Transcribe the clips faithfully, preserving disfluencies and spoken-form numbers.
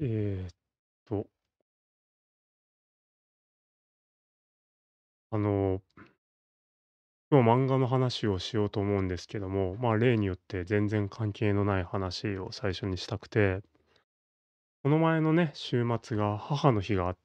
えーっと、あの、今日漫画の話をしようと思うんですけども、まあ、例によって全然関係のない話を最初にしたくて、この前のね、週末が母の日があって、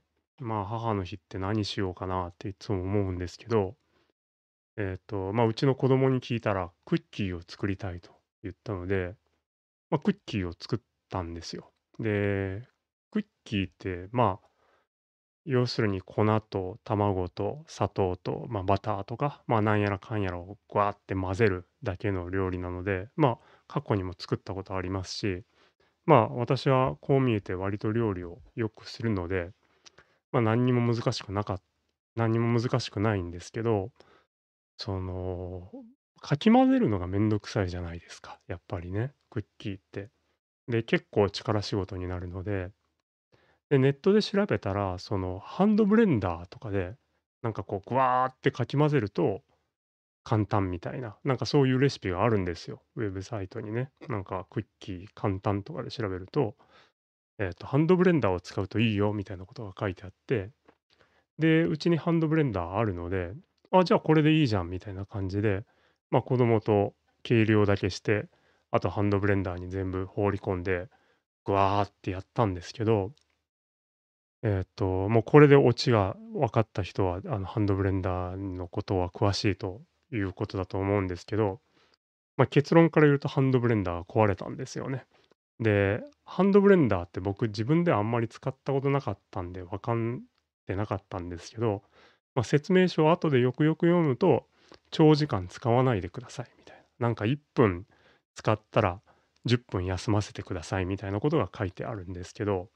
まあ、母の日って何しようかなっていつも思うんですけど、えーっと、まあ、うちの子供に聞いたら、クッキーを作りたいと言ったので、まあ、クッキーを作ったんですよ。で、クッキーって、まあ、要するに粉と卵と砂糖と、まあ、バターとか、まあ、なんやらかんやらをグワーって混ぜるだけの料理なので、まあ、過去にも作ったことありますし、まあ、私はこう見えて割と料理をよくするので、まあ、何にも難しくなかっ何にも難しくないんですけど、その、かき混ぜるのがめんどくさいじゃないですか、やっぱりね、クッキーって。で、結構力仕事になるので、で、ネットで調べたら、そのハンドブレンダーとかで、なんかこう、ぐわーってかき混ぜると簡単みたいな、なんかそういうレシピがあるんですよ。ウェブサイトにね。なんかクッキー簡単とかで調べると、えっと、ハンドブレンダーを使うといいよみたいなことが書いてあって、で、うちにハンドブレンダーあるので、あ、じゃあこれでいいじゃんみたいな感じで、ま、子供と計量だけして、あとハンドブレンダーに全部放り込んで、ぐわーってやったんですけど、えっと、もうこれでオチが分かった人は、あの、ハンドブレンダーのことは詳しいということだと思うんですけど、まあ、結論から言うとハンドブレンダーが壊れたんですよね。で、ハンドブレンダーって僕自分ではあんまり使ったことなかったんで、分かってなかったんですけど、まあ、説明書を後でよくよく読むと、長時間使わないでくださいみたいな。なんかいっぷん使ったらじゅっぷん休ませてくださいみたいなことが書いてあるんですけど、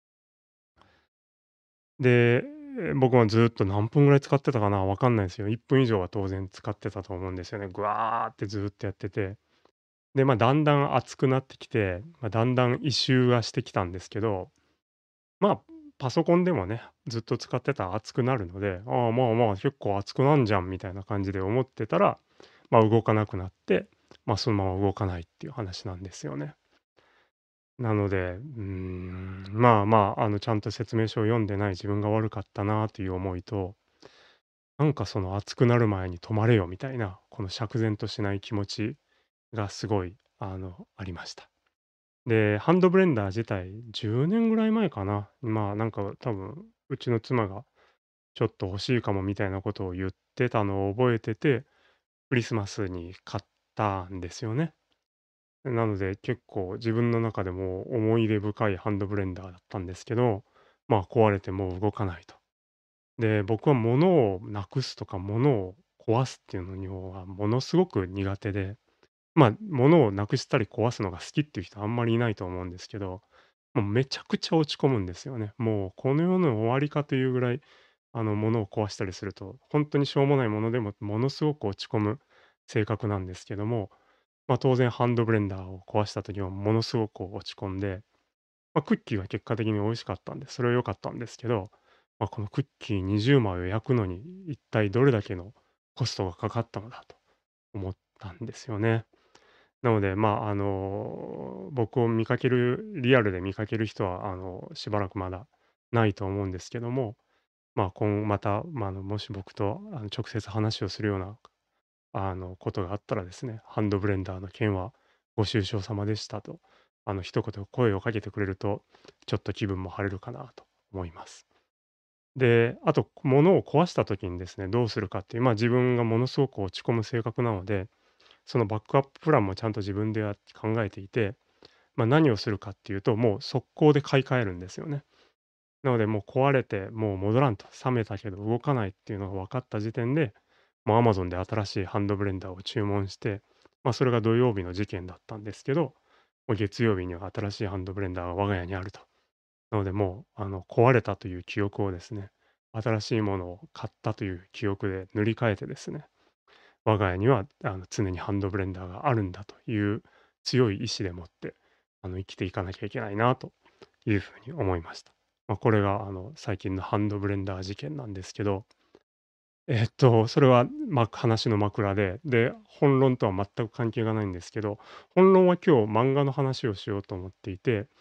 で、え、僕はずっと何分ぐらい使ってたかな、わかんないですよ。いっぷん以上は当然使ってたと思うんですよね。ぐわーってずっとやってて。で、ま、だんだん熱くなってきて、ま、だんだん異臭がしてきたんですけど、まあ、パソコンでもね、ずっと使ってたら熱くなるので、ああ、まあまあ、結構熱くなんじゃんみたいな感じで思ってたら、ま、動かなくなって、ま、そのまま動かないっていう話なんですよね。なので、うーん、まあまあ、あの、ちゃんと説明書を読んでない自分が悪かったなという思いと、なんかその熱くなる前に止まれよみたいな、この釈然としない気持ちがすごい、あの、ありました。で、ハンドブレンダー自体じゅうねんぐらい前かな。まあ、なんか多分、うちの妻がちょっと欲しいかもみたいなことを言ってたのを覚えてて、クリスマスに買ったんですよね。なので、結構自分の中でも思い出深いハンドブレンダーだったんですけど、まあ、壊れてもう動かないと。で、僕は物をなくすとか物を壊すっていうのにはものすごく苦手で、まあ、物をなくしたり壊すのが好きっていう人あんまりいないと思うんですけど、もうめちゃくちゃ落ち込むんですよね。もうこの世の終わりかというぐらい、あの、物を壊したりすると、本当にしょうもないものでもものすごく落ち込む性格なんですけども、まあ、当然ハンドブレンダーを壊した時はものすごく落ち込んで、まあ、クッキーは結果的に美味しかったんで、それは良かったんですけど、まあ、このクッキーにじゅうまいを焼くのに、一体どれだけのコストがかかったのだと思ったんですよね。なので、まあ、あの、僕を見かけるリアルで見かける人は、あの、しばらくまだないと思うんですけども、まあ、今また、まあ、あの、もし僕と、あの、直接話をするようなあの、ことがあったらですね、ハンドブレンダーの件はご愁傷様でしたと、あの、一言声をかけてくれると、ちょっと気分も晴れるかなと思います。で、あと、物を壊した時にですね、どうするかっていう、まあ、自分がものすごく落ち込む性格なので、そのバックアッププランもちゃんと自分でや考えていて、まあ、何をするかっていうと、もう速攻で買い替えるんですよね。なので、もう壊れて、もう戻らんと、冷めたけど動かないっていうのが分かった時点で、もう Amazon で新しいハンドブレンダーを注文して、まあ、それが土曜日の事件だったんですけど、もう月曜日には新しいハンドブレンダーが我が家にあると。なので、もう、あの、壊れたという記憶をですね、新しいものを買ったという記憶で塗り替えてですね、我が家には、あの、常にハンドブレンダーがあるんだという強い意志でもって、あの、生きていかなきゃいけないなというふうに思いました。まあ、これが、あの、最近のハンドブレンダー事件なんですけど、えっと、それは、ま、話の枕で、で、本論とは全く関係がないんですけど、本論は今日漫画の話をしようと思っていて、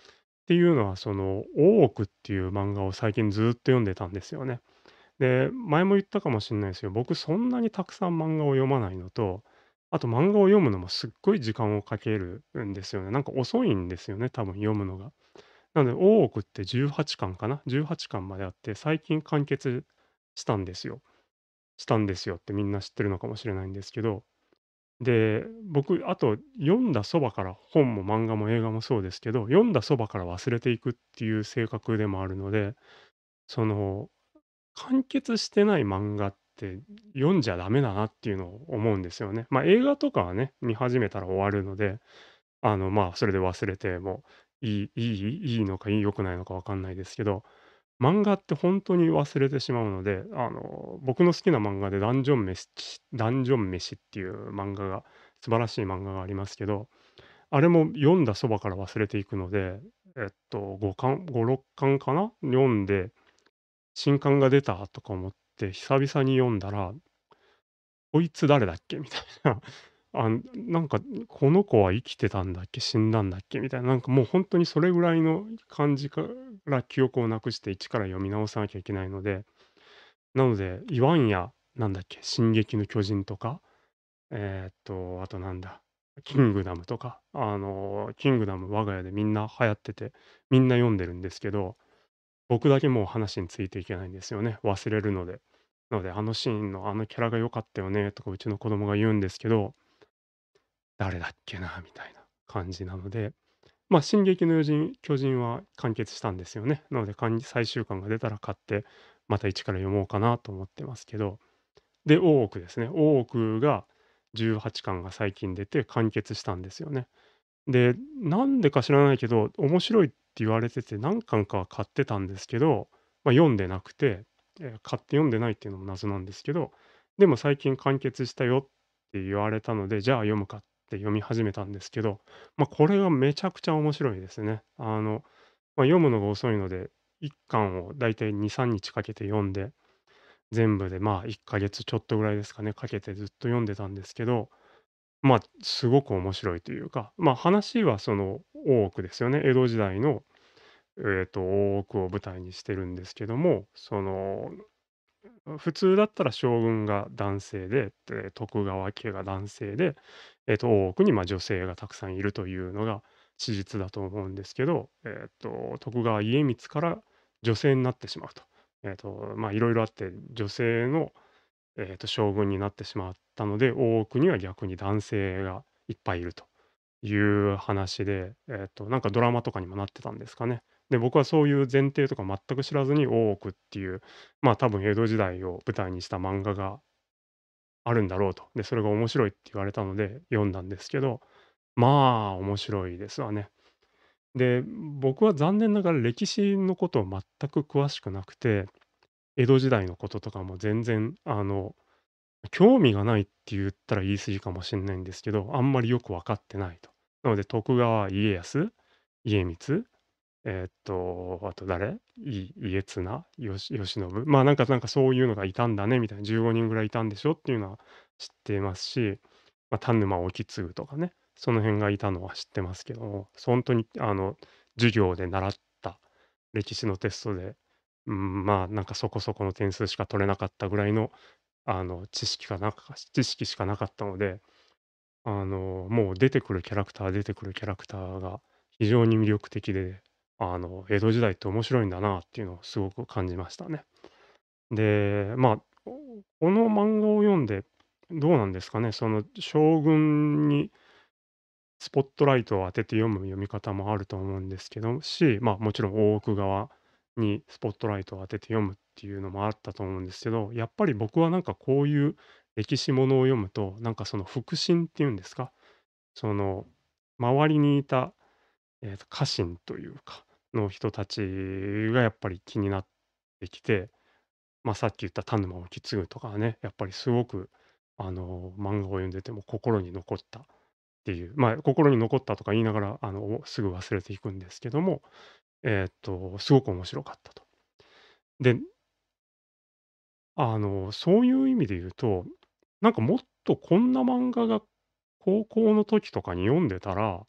ていうのは、その、大奥っていう漫画を最近ずっと読んでたんですよね。で、前も言ったかもしんないですけど、僕そんなにたくさん漫画を読まないのと、あと漫画を読むのもすっごい時間をかけるんですよね。なんか遅いんですよね、多分読むのが。なので、大奥ってじゅうはちかんかな、じゅうはちかんまであって、最近完結したんですよ。したんですよってみんな知ってるのかもしれないんですけど、で、僕、あと読んだそばから本も漫画も映画もそうですけど、読んだそばから忘れていくっていう性格でもあるので、その、完結してない漫画って読んじゃダメだなっていうのを思うんですよね。ま、映画とかはね、見始めたら終わるので、あの、まあ、それで忘れてもいいいいいいのか、いい良くないのか分かんないですけど、漫画ってほんとに忘れてしまうので、あの、僕の好きな漫画でダンジョン飯ダンジョン飯っていう漫画が素晴らしい漫画がありますけど、あれも読んだそばから忘れていくので、えっと、ごかん、ご、ろっかんかな、読んで、新刊が出たとか思って久々に読んだら、こいつ誰だっけみたいな、あんなんか、この子は生きてたんだっけ、死んだんだっけみたいな、なんかもうほんとにそれぐらいの感じから記憶をなくして一から読み直さなきゃいけないので、なので、言わんや、なんだっけ、進撃の巨人とか、えっと、あとなんだ、キングダムとか、あの、キングダム我が家でみんな流行ってて、みんな読んでるんですけど、僕だけもう話についていけないんですよね、忘れるので。なので、あのシーンのあのキャラが良かったよねとかうちの子供が言うんですけど、誰だっけなみたいな感じなので、ま、進撃のよじん巨人は完結したんですよね。なので、かん最終巻が出たら買って、また一から読もうかなと思ってますけど、で、大奥ですね。大奥がじゅうはちかんが最近出て完結したんですよね。で、なんでか知らないけど、面白いって言われてて何巻かは買ってたんですけど、ま、読んでなくて、え、買って読んでないっていうのも謎なんですけど、でも最近完結したよって言われたので、じゃあ読むかって読み始めたんですけど、ま、これがめちゃくちゃ面白いですね。あの、ま、読むのが遅いので、いっかんをだいたいに、さんにちかけて読んで、全部で、まあ、いっかげつちょっとぐらいですかね、かけてずっと読んでたんですけど、まあ、すごく面白いというか、まあ、話はその大奥ですよね。江戸時代の、えっと、大奥を舞台にしてるんですけども、その、普通だったら将軍が男性で、で、徳川家が男性で、えっと、大奥に、ま、女性がたくさんいるというのが史実だと思うんですけど、えっと、徳川家光から女性になってしまうと。えっと、まあ、いろいろあって、女性のえっと、将軍になってしまったので、大奥には逆に男性がいっぱいいるという話で、えっと、なんかドラマとかにもなってたんですかね。で、僕はそういう前提とか全く知らずに大奥っていう、まあ、多分江戸時代を舞台にした漫画があるんだろうと。で、それが面白いって言われたので読んだんですけど、まあ、面白いですわね。で、僕は残念ながら歴史のことを全く詳しくなくて、江戸時代のこととかも全然、あの興味がないって言ったら言い過ぎかもしんないんですけど、あんまりよく分かってないと。なので徳川家康、家光、えーっと、あと誰？い家綱、よし慶喜、まあ、なんかなんかそういうのがいたんだねみたいな、じゅうごにんぐらいいたんでしょっていうのは知ってますし、まあ、田沼意次とかね、その辺がいたのは知ってますけども、ほんとにあの、授業で習った歴史のテストで、うん、まあ、なんかそこそこの点数しか取れなかったぐらいのあの、知識がなか知識しかなかったので、あの、もう出てくるキャラクター出てくるキャラクターが非常に魅力的で、あの、江戸時代って面白いんだなっていうのをすごく感じましたね。で、まあ、この漫画を読んで、どうなんですかね、その将軍にスポットライトを当てて読む読み方もあると思うんですけどし、まあ、もちろん大奥側にスポットライトを当てて読むっていうのもあったと思うんですけど、やっぱり僕はなんかこういう歴史ものを読むと、なんかその腹心っていうんですか、その周りにいた、えーと家臣というか、の人たちがやっぱり気になってきて、まあ、さっき言った田沼意次とかはね、やっぱりすごくあの漫画を読んでても心に残ったっていう、まあ、心に残ったとか言いながら、あの、すぐ忘れていくんですけども、えーっと、すごく面白かったと。で、あの、そういう意味で言うと、なんかもっとこんな漫画が高校の時とかに読んでたら、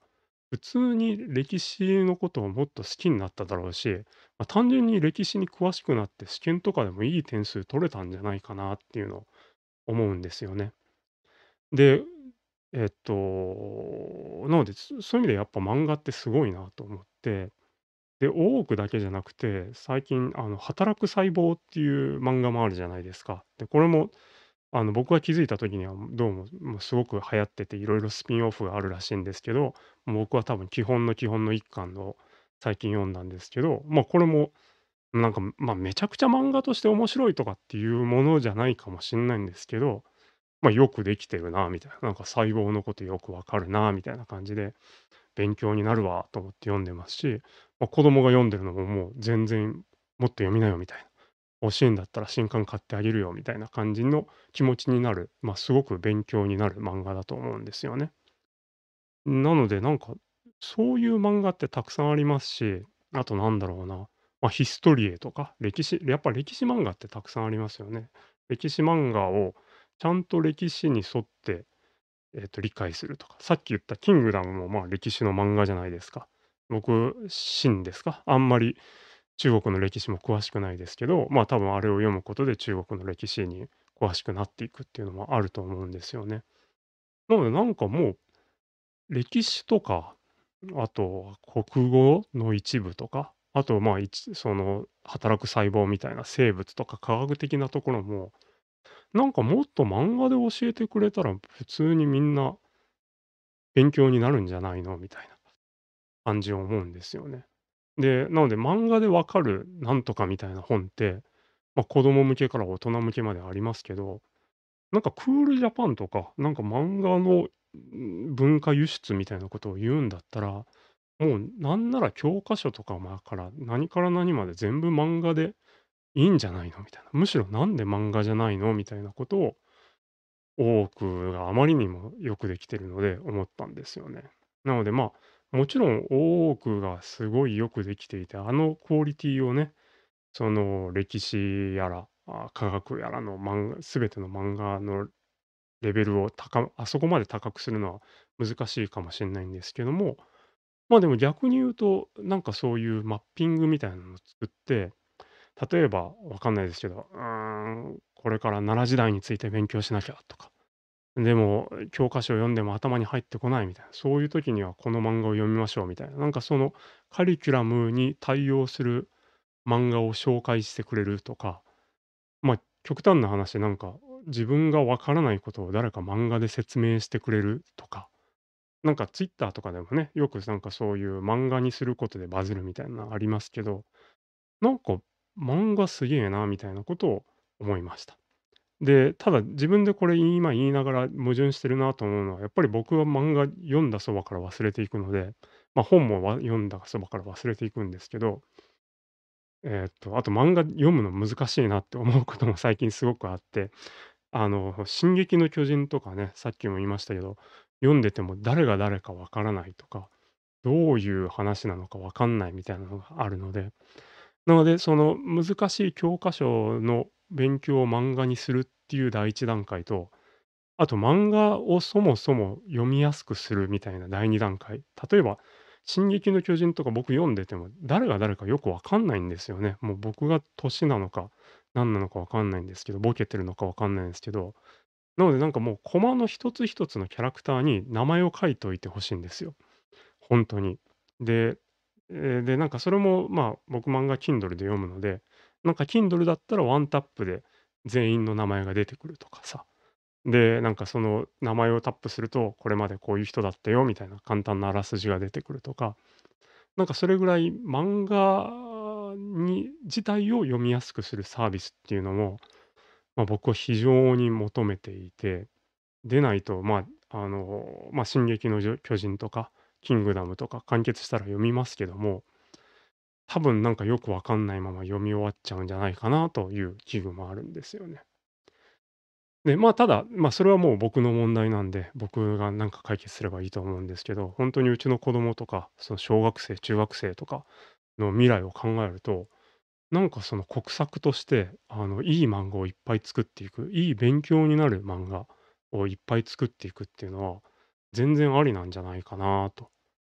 普通に歴史のことをもっと好きになっただろうし、ま、単純に歴史に詳しくなって試験とかでもいい点数取れたんじゃないかなっていうのを思うんですよね。で、えっと、なので、そそういう意味でやっぱ漫画ってすごいなと思って、で、大奥だけじゃなくて、最近あの働く細胞っていう漫画もあるじゃないですか。で、これもあの僕が気づいた時にはどうも、もうすごく流行ってて、いろいろスピンオフがあるらしいんですけど、もう僕は多分基本の基本の一巻の最近読んだんですけど、ま、これもなんか、ま、めちゃくちゃ漫画として面白いとかっていうものじゃないかもしんないんですけど、ま、よくできてるなみたいな、なんか細胞のことよくわかるなみたいな感じで、勉強になるわと思って読んでますし、ま、子供が読んでるのももう全然もっと読みなよみたいな。欲しいんだったら新刊買ってあげるよみたいな感じの気持ちになる、ま、すごく勉強になる漫画だと思うんですよね。なので、なんか、そういう漫画ってたくさんありますし、あとなんだろうな、ま、ヒストリエとか、歴史やっぱ歴史漫画ってたくさんありますよね。歴史漫画をちゃんと歴史に沿って、えっと、理解するとか、さっき言ったキングダムも、ま、歴史の漫画じゃないですか。僕、秦ですか、あんまり中国の歴史も詳しくないですけど、ま、多分あれを読むことで中国の歴史に詳しくなっていくっていうのもあると思うんですよね。なのでなんかもう歴史とか、あと国語の一部とか、あと、まあ、いちその働く細胞みたいな生物とか科学的なところも、なんかもっと漫画で教えてくれたら普通にみんな勉強になるんじゃないのみたいな感じを思うんですよね。で、なので漫画でわかるなんとかみたいな本って、ま、子供向けから大人向けまでありますけど、なんかクールジャパンとか、なんか漫画の、ん、文化輸出みたいなことを言うんだったら、もうなんなら教科書とか、ま、から何から何まで全部漫画でいいんじゃないのみたいな。むしろなんで漫画じゃないのみたいなことを、多くがあまりにもよくできてるので思ったんですよね。なので、まあ、もちろん多くがすごいよくできていて、あのクオリティをね、その歴史やら、あ、科学やらの漫画全ての漫画のレベルを高あそこまで高くするのは難しいかもしんないんですけども、ま、でも逆に言うと、なんかそういうマッピングみたいなのを作って、例えばわかんないですけど、うーん、これから奈良時代について勉強しなきゃとか、でも教科書を読んでも頭に入ってこないみたいな、そういう時にはこの漫画を読みましょうみたいな、なんかそのカリキュラムに対応する漫画を紹介してくれるとか、ま、極端な話、なんか自分がわからないことを誰か漫画で説明してくれるとか、なんかツイッターとかでもね、よくなんかそういう漫画にすることでバズるみたいなのありますけど、なんか漫画すげえなみたいなことを思いました。で、ただ自分でこれ今言いながら矛盾してるなと思うのは、やっぱり僕は漫画読んだそばから忘れていくので、ま、本もわ読んだそばから忘れていくんですけど、えっと、あと漫画読むの難しいなって思うことも最近すごくあって、あの、進撃の巨人とかね、さっきも言いましたけど、読んでても誰が誰かわからないとか、どういう話なのかわかんないみたいなのがあるので、なので、その難しい教科書の勉強を漫画にするっていう第一段階と、あと漫画をそもそも読みやすくするみたいな第二段階。例えば、進撃の巨人とか僕読んでても、誰が誰かよくわかんないんですよね。もう僕が年なのか、何なのかわかんないんですけど、ボケてるのかわかんないんですけど、なのでなんかもうコマの一つ一つのキャラクターに名前を書いておいて欲しいんですよ。ほんとに。で、え、で、なんかそれも、まあ、僕漫画 Kindle で読むので、なんか Kindle だったらワンタップで全員の名前が出てくるとかさ。で、なんかその名前をタップすると、これまでこういう人だったよみたいな簡単なあらすじが出てくるとか、なんかそれぐらい漫画に自体を読みやすくするサービスっていうのも、ま、僕は非常に求めていて、でないと、まあ、あの、ま、進撃のじょ巨人とか、キングダムとか完結したら読みますけども、多分なんかよくわかんないまま読み終わっちゃうんじゃないかなという危惧もあるんですよね。で、まあ、ただ、ま、それはもう僕の問題なんで、僕がなんか解決すればいいと思うんですけど、ほんとにうちの子供とか、その小学生、中学生とかの未来を考えると、なんかその国策として、あの、いい漫画をいっぱい作っていく、いい勉強になる漫画をいっぱい作っていくっていうのは、全然ありなんじゃないかなと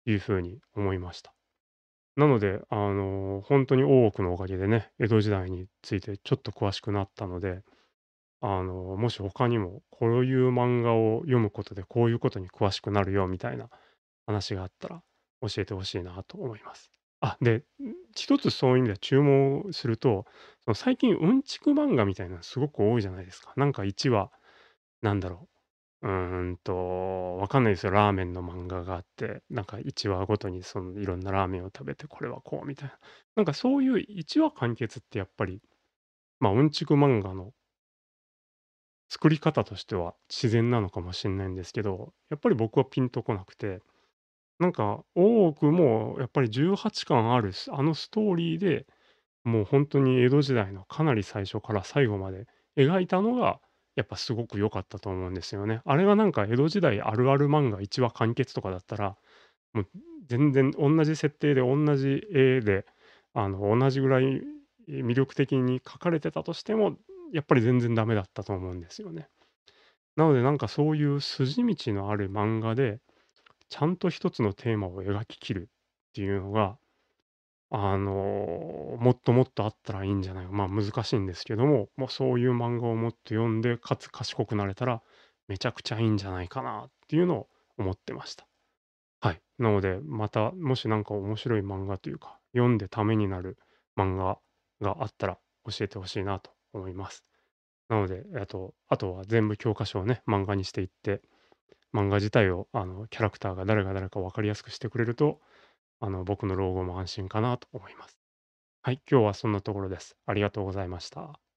いう風に思いました。なので、あの、ほんとに大奥のおかげでね、江戸時代についてちょっと詳しくなったので、あの、もし他にもこういう漫画を読むことで、こういうことに詳しくなるよみたいな話があったら教えて欲しいなと思います。あ、で、ん、一つそういう意味では注文すると、その最近うんちく漫画みたいなのすごく多いじゃないですか。なんかいちわ、なんだろう、うーんと、わかんないですよ、ラーメンの漫画があって、なんかいちわごとにそのいろんなラーメンを食べて、これはこうみたいな。なんかそういういちわ完結ってやっぱり、ま、うんちく漫画の作り方としては自然なのかもしんないんですけど、やっぱり僕はピンとこなくて、なんか大奥もやっぱりじゅうはちかんあるすあのストーリーで、もうほんとに江戸時代のかなり最初から最後まで描いたのが、やっぱすごく良かったと思うんですよね。あれがなんか江戸時代あるある漫画いちわ完結とかだったら、もう全然おんなじ設定でおんなじ絵で、あの、同じぐらい魅力的に描かれてたとしても、やっぱり全然ダメだったと思うんですよね。なのでなんかそういう筋道のある漫画で、ちゃんと一つのテーマを描き切るっていうのが、あの、もっともっとあったらいいんじゃない、ま、難しいんですけども、もうそういう漫画をもっと読んで、かつ賢くなれたら、めちゃくちゃいいんじゃないかなっていうのを思ってました。はい。なので、また、もしなんか面白い漫画というか、読んでためになる漫画があったら教えて欲しいなと思います。なので、えっと、あとは全部教科書をね、漫画にしていって、漫画自体をあの、キャラクターが誰が誰か分かりやすくしてくれると、あの、僕の老後も安心かなと思います。はい、今日はそんなところです。ありがとうございました。